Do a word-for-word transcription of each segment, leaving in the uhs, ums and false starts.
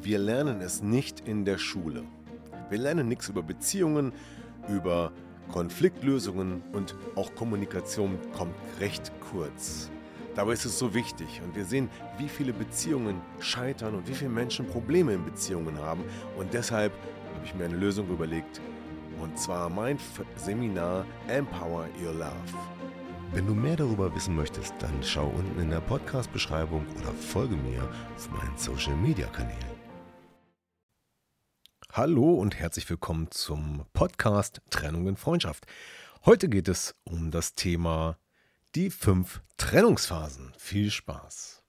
Wir lernen es nicht in der Schule. Wir lernen nichts über Beziehungen, über Konfliktlösungen und auch Kommunikation kommt recht kurz. Dabei ist es so wichtig und wir sehen, wie viele Beziehungen scheitern und wie viele Menschen Probleme in Beziehungen haben. Und deshalb habe ich mir eine Lösung überlegt, und zwar mein F- Seminar Empower Your Love. Wenn du mehr darüber wissen möchtest, dann schau unten in der Podcast-Beschreibung oder folge mir auf meinen Social-Media-Kanälen. Hallo und herzlich willkommen zum Podcast Trennung in Freundschaft. Heute geht es um das Thema die fünf Trennungsphasen. Viel Spaß!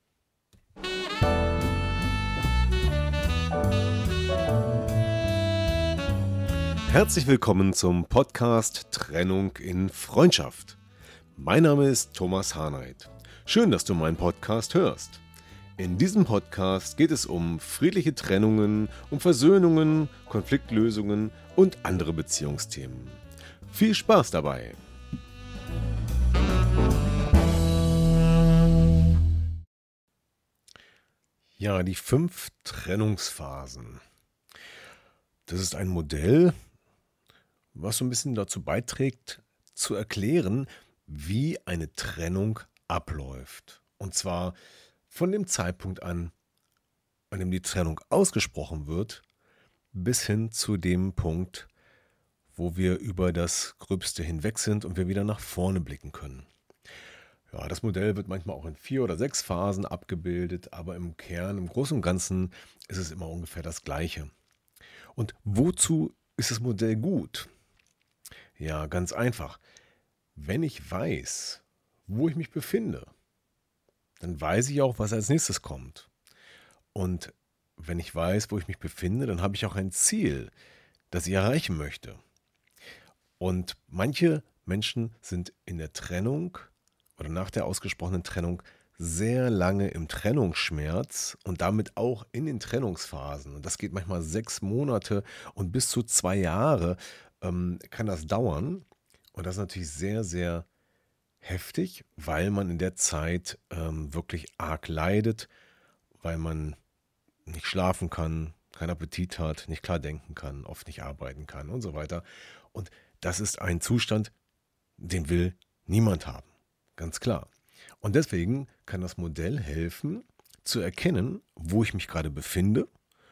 Herzlich willkommen zum Podcast Trennung in Freundschaft. Mein Name ist Thomas Harnight. Schön, dass du meinen Podcast hörst. In diesem Podcast geht es um friedliche Trennungen, um Versöhnungen, Konfliktlösungen und andere Beziehungsthemen. Viel Spaß dabei! Ja, die fünf Trennungsphasen. Das ist ein Modell, was so ein bisschen dazu beiträgt, zu erklären, wie eine Trennung abläuft. Und zwar von dem Zeitpunkt an, an dem die Trennung ausgesprochen wird, bis hin zu dem Punkt, wo wir über das Gröbste hinweg sind und wir wieder nach vorne blicken können. Ja, das Modell wird manchmal auch in vier oder sechs Phasen abgebildet, aber im Kern, im Großen und Ganzen ist es immer ungefähr das Gleiche. Und wozu ist das Modell gut? Ja, ganz einfach. Wenn ich weiß, wo ich mich befinde, dann weiß ich auch, was als nächstes kommt. Und wenn ich weiß, wo ich mich befinde, dann habe ich auch ein Ziel, das ich erreichen möchte. Und manche Menschen sind in der Trennung oder nach der ausgesprochenen Trennung sehr lange im Trennungsschmerz und damit auch in den Trennungsphasen. Und das geht manchmal sechs Monate und bis zu zwei Jahre ähm, kann das dauern. Und das ist natürlich sehr, sehr heftig, weil man in der Zeit ähm, wirklich arg leidet, weil man nicht schlafen kann, keinen Appetit hat, nicht klar denken kann, oft nicht arbeiten kann und so weiter. Und das ist ein Zustand, den will niemand haben, ganz klar. Und deswegen kann das Modell helfen, zu erkennen, wo ich mich gerade befinde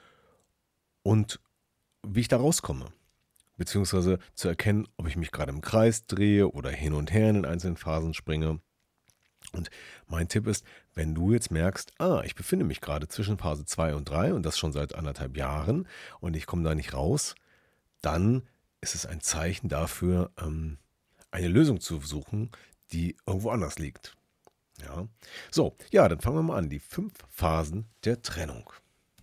und wie ich da rauskomme. Beziehungsweise zu erkennen, ob ich mich gerade im Kreis drehe oder hin und her in den einzelnen Phasen springe. Und mein Tipp ist, wenn du jetzt merkst, ah, ich befinde mich gerade zwischen Phase zwei und drei und das schon seit anderthalb Jahren und ich komme da nicht raus, dann ist es ein Zeichen dafür, ähm, eine Lösung zu suchen, die irgendwo anders liegt. Ja. So, ja, dann fangen wir mal an. Die fünf Phasen der Trennung.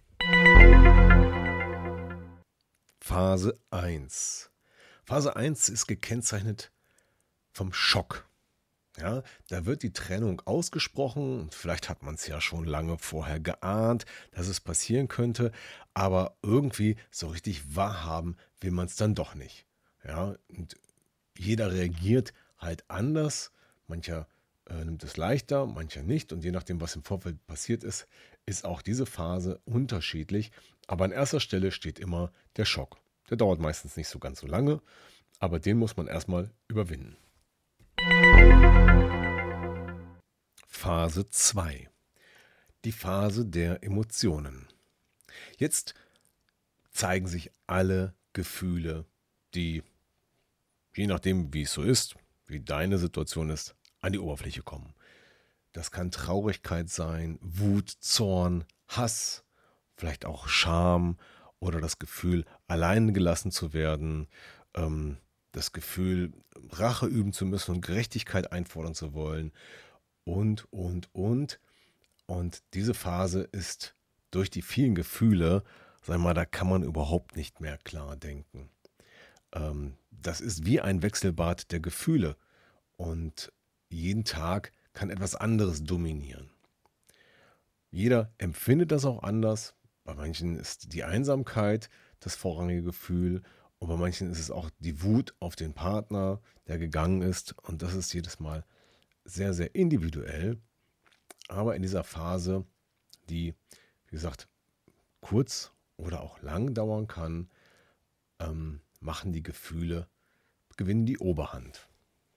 Phase eins. Phase eins ist gekennzeichnet vom Schock. Ja, da wird die Trennung ausgesprochen und vielleicht hat man es ja schon lange vorher geahnt, dass es passieren könnte, aber irgendwie so richtig wahrhaben will man es dann doch nicht. Ja, und jeder reagiert halt anders. Mancher äh, nimmt es leichter, mancher nicht. Und je nachdem, was im Vorfeld passiert ist, ist auch diese Phase unterschiedlich. Aber an erster Stelle steht immer der Schock. Der dauert meistens nicht so ganz so lange, aber den muss man erstmal überwinden. Phase zwei. Die Phase der Emotionen. Jetzt zeigen sich alle Gefühle, die, je nachdem wie es so ist, wie deine Situation ist, an die Oberfläche kommen. Das kann Traurigkeit sein, Wut, Zorn, Hass, vielleicht auch Scham oder das Gefühl, allein gelassen zu werden, ähm, das Gefühl, Rache üben zu müssen und Gerechtigkeit einfordern zu wollen und, und, und. Und diese Phase ist durch die vielen Gefühle, sag mal, da kann man überhaupt nicht mehr klar denken. Ähm, das ist wie ein Wechselbad der Gefühle und jeden Tag kann etwas anderes dominieren. Jeder empfindet das auch anders. Bei manchen ist die Einsamkeit das vorrangige Gefühl und bei manchen ist es auch die Wut auf den Partner, der gegangen ist. Und das ist jedes Mal sehr, sehr individuell. Aber in dieser Phase, die, wie gesagt, kurz oder auch lang dauern kann, ähm, machen die Gefühle, gewinnen die Oberhand.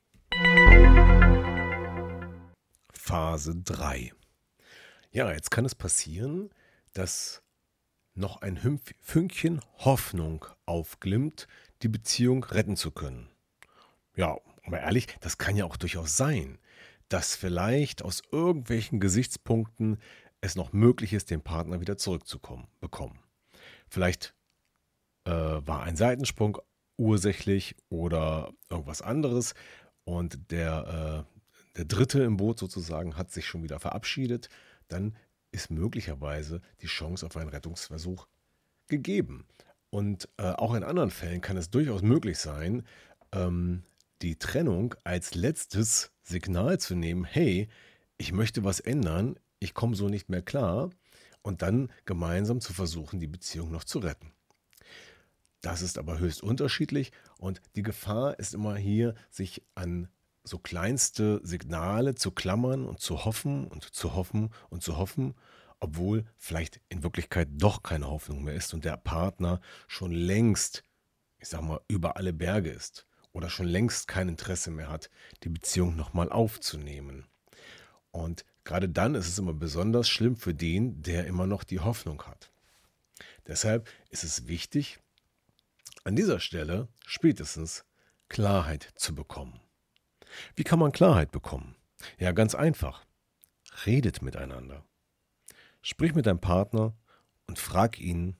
Phase drei. Ja, jetzt kann es passieren, dass noch ein Hümpf- Fünkchen Hoffnung aufglimmt, die Beziehung retten zu können. Ja, aber ehrlich, das kann ja auch durchaus sein, dass vielleicht aus irgendwelchen Gesichtspunkten es noch möglich ist, den Partner wieder zurückzukommen, bekommen. Vielleicht äh, war ein Seitensprung ursächlich oder irgendwas anderes und der, äh, der Dritte im Boot sozusagen hat sich schon wieder verabschiedet. Dann ist möglicherweise die Chance auf einen Rettungsversuch gegeben. Und äh, auch in anderen Fällen kann es durchaus möglich sein, ähm, die Trennung als letztes Signal zu nehmen, hey, ich möchte was ändern, ich komme so nicht mehr klar, und dann gemeinsam zu versuchen, die Beziehung noch zu retten. Das ist aber höchst unterschiedlich und die Gefahr ist immer hier, sich an so kleinste Signale zu klammern und zu hoffen und zu hoffen und zu hoffen, obwohl vielleicht in Wirklichkeit doch keine Hoffnung mehr ist und der Partner schon längst, ich sag mal, über alle Berge ist oder schon längst kein Interesse mehr hat, die Beziehung nochmal aufzunehmen. Und gerade dann ist es immer besonders schlimm für den, der immer noch die Hoffnung hat. Deshalb ist es wichtig, an dieser Stelle spätestens Klarheit zu bekommen. Wie kann man Klarheit bekommen? Ja, ganz einfach. Redet miteinander. Sprich mit deinem Partner und frag ihn,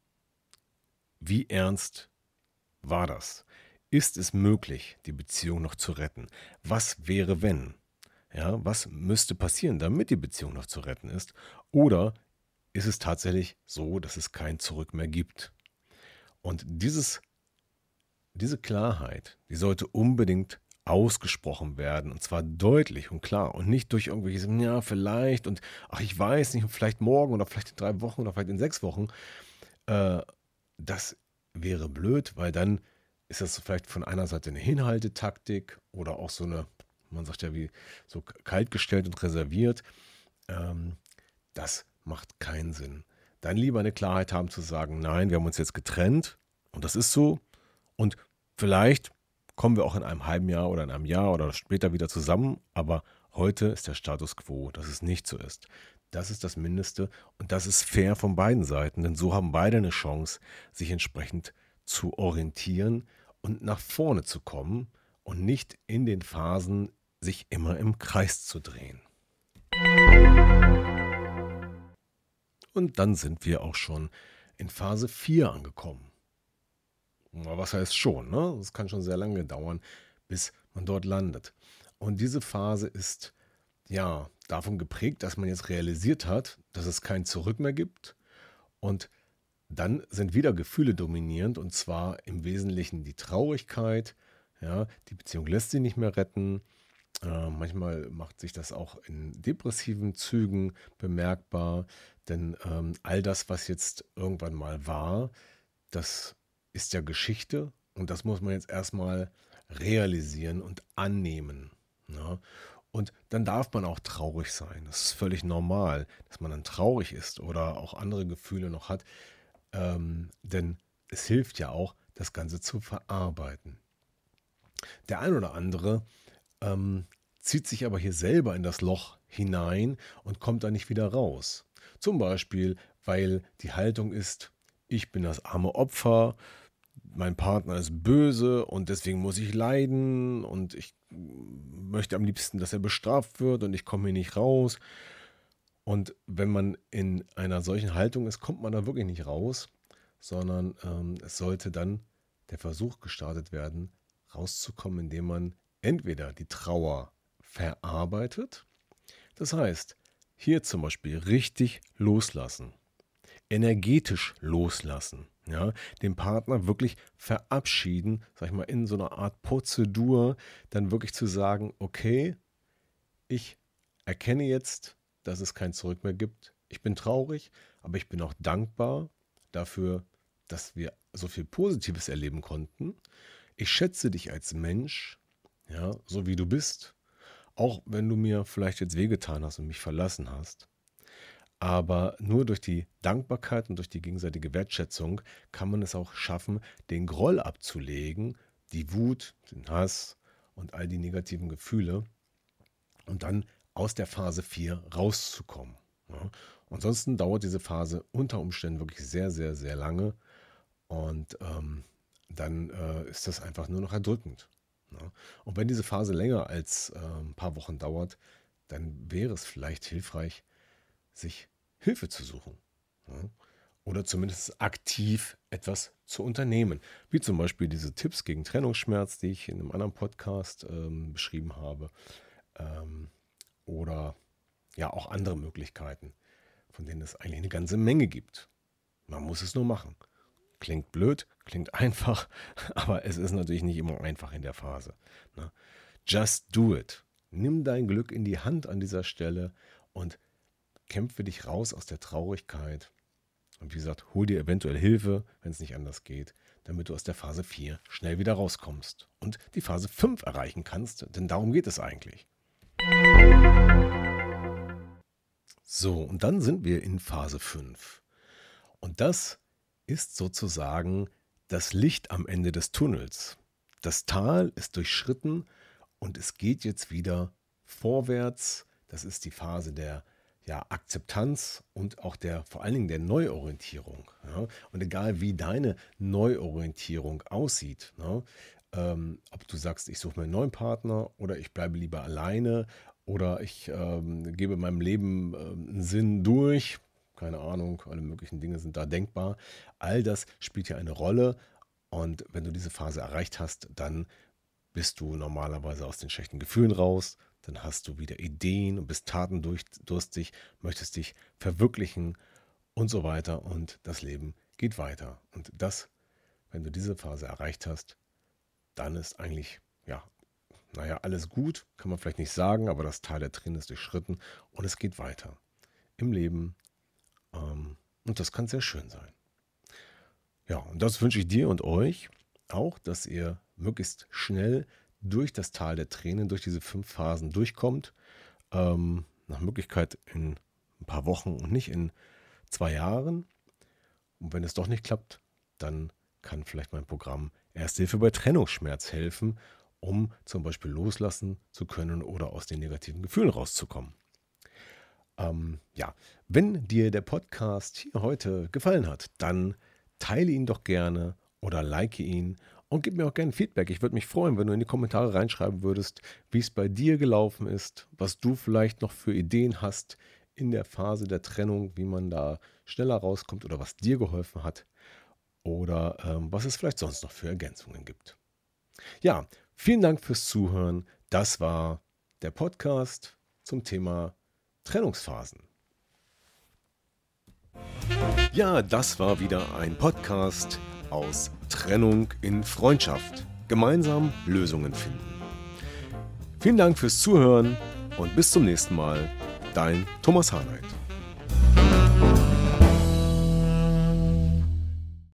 wie ernst war das? Ist es möglich, die Beziehung noch zu retten? Was wäre, wenn? Ja, was müsste passieren, damit die Beziehung noch zu retten ist? Oder ist es tatsächlich so, dass es kein Zurück mehr gibt? Und dieses, diese Klarheit, die sollte unbedingt ausgesprochen werden, und zwar deutlich und klar und nicht durch irgendwelches, ja, vielleicht und ach, ich weiß nicht, vielleicht morgen oder vielleicht in drei Wochen oder vielleicht in sechs Wochen. Äh, das wäre blöd, weil dann ist das vielleicht von einer Seite eine Hinhaltetaktik oder auch so eine, man sagt ja wie so kaltgestellt und reserviert. Ähm, das macht keinen Sinn. Dann lieber eine Klarheit haben zu sagen, nein, wir haben uns jetzt getrennt und das ist so und vielleicht kommen wir auch in einem halben Jahr oder in einem Jahr oder später wieder zusammen, aber heute ist der Status quo, dass es nicht so ist. Das ist das Mindeste und das ist fair von beiden Seiten, denn so haben beide eine Chance, sich entsprechend zu orientieren und nach vorne zu kommen und nicht in den Phasen sich immer im Kreis zu drehen. Und dann sind wir auch schon in Phase vier angekommen. Was heißt schon, ne? Es kann schon sehr lange dauern, bis man dort landet. Und diese Phase ist ja davon geprägt, dass man jetzt realisiert hat, dass es kein Zurück mehr gibt. Und dann sind wieder Gefühle dominierend, und zwar im Wesentlichen die Traurigkeit. Ja, die Beziehung lässt sie nicht mehr retten. Äh, manchmal macht sich das auch in depressiven Zügen bemerkbar, denn ähm, all das, was jetzt irgendwann mal war, das ist ja Geschichte und das muss man jetzt erstmal realisieren und annehmen. Ja? Und dann darf man auch traurig sein. Das ist völlig normal, dass man dann traurig ist oder auch andere Gefühle noch hat, ähm, denn es hilft ja auch, das Ganze zu verarbeiten. Der ein oder andere ähm, zieht sich aber hier selber in das Loch hinein und kommt da nicht wieder raus. Zum Beispiel, weil die Haltung ist, ich bin das arme Opfer, mein Partner ist böse und deswegen muss ich leiden und ich möchte am liebsten, dass er bestraft wird und ich komme hier nicht raus. Und wenn man in einer solchen Haltung ist, kommt man da wirklich nicht raus, sondern ähm, es sollte dann der Versuch gestartet werden, rauszukommen, indem man entweder die Trauer verarbeitet, das heißt, hier zum Beispiel richtig loslassen, energetisch loslassen, ja, den Partner wirklich verabschieden, sag ich mal, in so einer Art Prozedur, dann wirklich zu sagen, okay, ich erkenne jetzt, dass es kein Zurück mehr gibt. Ich bin traurig, aber ich bin auch dankbar dafür, dass wir so viel Positives erleben konnten. Ich schätze dich als Mensch, ja, so wie du bist, auch wenn du mir vielleicht jetzt wehgetan hast und mich verlassen hast. Aber nur durch die Dankbarkeit und durch die gegenseitige Wertschätzung kann man es auch schaffen, den Groll abzulegen, die Wut, den Hass und all die negativen Gefühle und dann aus der Phase vier rauszukommen. Ja. Ansonsten dauert diese Phase unter Umständen wirklich sehr, sehr, sehr lange und ähm, dann äh, ist das einfach nur noch erdrückend. Ja. Und wenn diese Phase länger als äh, ein paar Wochen dauert, dann wäre es vielleicht hilfreich, sich Hilfe zu suchen. Ja. Oder zumindest aktiv etwas zu unternehmen. Wie zum Beispiel diese Tipps gegen Trennungsschmerz, die ich in einem anderen Podcast ähm, beschrieben habe. Ähm, oder ja auch andere Möglichkeiten, von denen es eigentlich eine ganze Menge gibt. Man muss es nur machen. Klingt blöd, klingt einfach, aber es ist natürlich nicht immer einfach in der Phase. Ne? Just do it. Nimm dein Glück in die Hand an dieser Stelle und kämpfe dich raus aus der Traurigkeit. Und wie gesagt, hol dir eventuell Hilfe, wenn es nicht anders geht, damit du aus der Phase vier schnell wieder rauskommst und die Phase fünf erreichen kannst, denn darum geht es eigentlich. So, und dann sind wir in Phase fünf. Und das ist sozusagen das Licht am Ende des Tunnels. Das Tal ist durchschritten und es geht jetzt wieder vorwärts. Das ist die Phase der ja, Akzeptanz und auch der, vor allen Dingen der Neuorientierung. Ja? Und egal wie deine Neuorientierung aussieht, ne? ähm, ob du sagst, ich suche mir einen neuen Partner oder ich bleibe lieber alleine oder ich ähm, gebe meinem Leben ähm, einen Sinn durch, keine Ahnung, alle möglichen Dinge sind da denkbar. All das spielt ja eine Rolle und wenn du diese Phase erreicht hast, dann bist du normalerweise aus den schlechten Gefühlen raus, dann hast du wieder Ideen und bist tatendurstig, möchtest dich verwirklichen und so weiter und das Leben geht weiter. Und das, wenn du diese Phase erreicht hast, dann ist eigentlich, ja, naja, alles gut, kann man vielleicht nicht sagen, aber das Tal der Tränen ist durchschritten und es geht weiter im Leben ähm, und das kann sehr schön sein. Ja, und das wünsche ich dir und euch auch, dass ihr möglichst schnell durch das Tal der Tränen, durch diese fünf Phasen durchkommt. Ähm, nach Möglichkeit in ein paar Wochen und nicht in zwei Jahren. Und wenn es doch nicht klappt, dann kann vielleicht mein Programm Ersthilfe bei Trennungsschmerz helfen, um zum Beispiel loslassen zu können oder aus den negativen Gefühlen rauszukommen. Ähm, ja, wenn dir der Podcast hier heute gefallen hat, dann teile ihn doch gerne oder like ihn und gib mir auch gerne Feedback. Ich würde mich freuen, wenn du in die Kommentare reinschreiben würdest, wie es bei dir gelaufen ist, was du vielleicht noch für Ideen hast in der Phase der Trennung, wie man da schneller rauskommt oder was dir geholfen hat oder ähm, was es vielleicht sonst noch für Ergänzungen gibt. Ja, vielen Dank fürs Zuhören. Das war der Podcast zum Thema Trennungsphasen. Ja, das war wieder ein Podcast aus Trennung in Freundschaft. Gemeinsam Lösungen finden. Vielen Dank fürs Zuhören und bis zum nächsten Mal. Dein Thomas Harnight.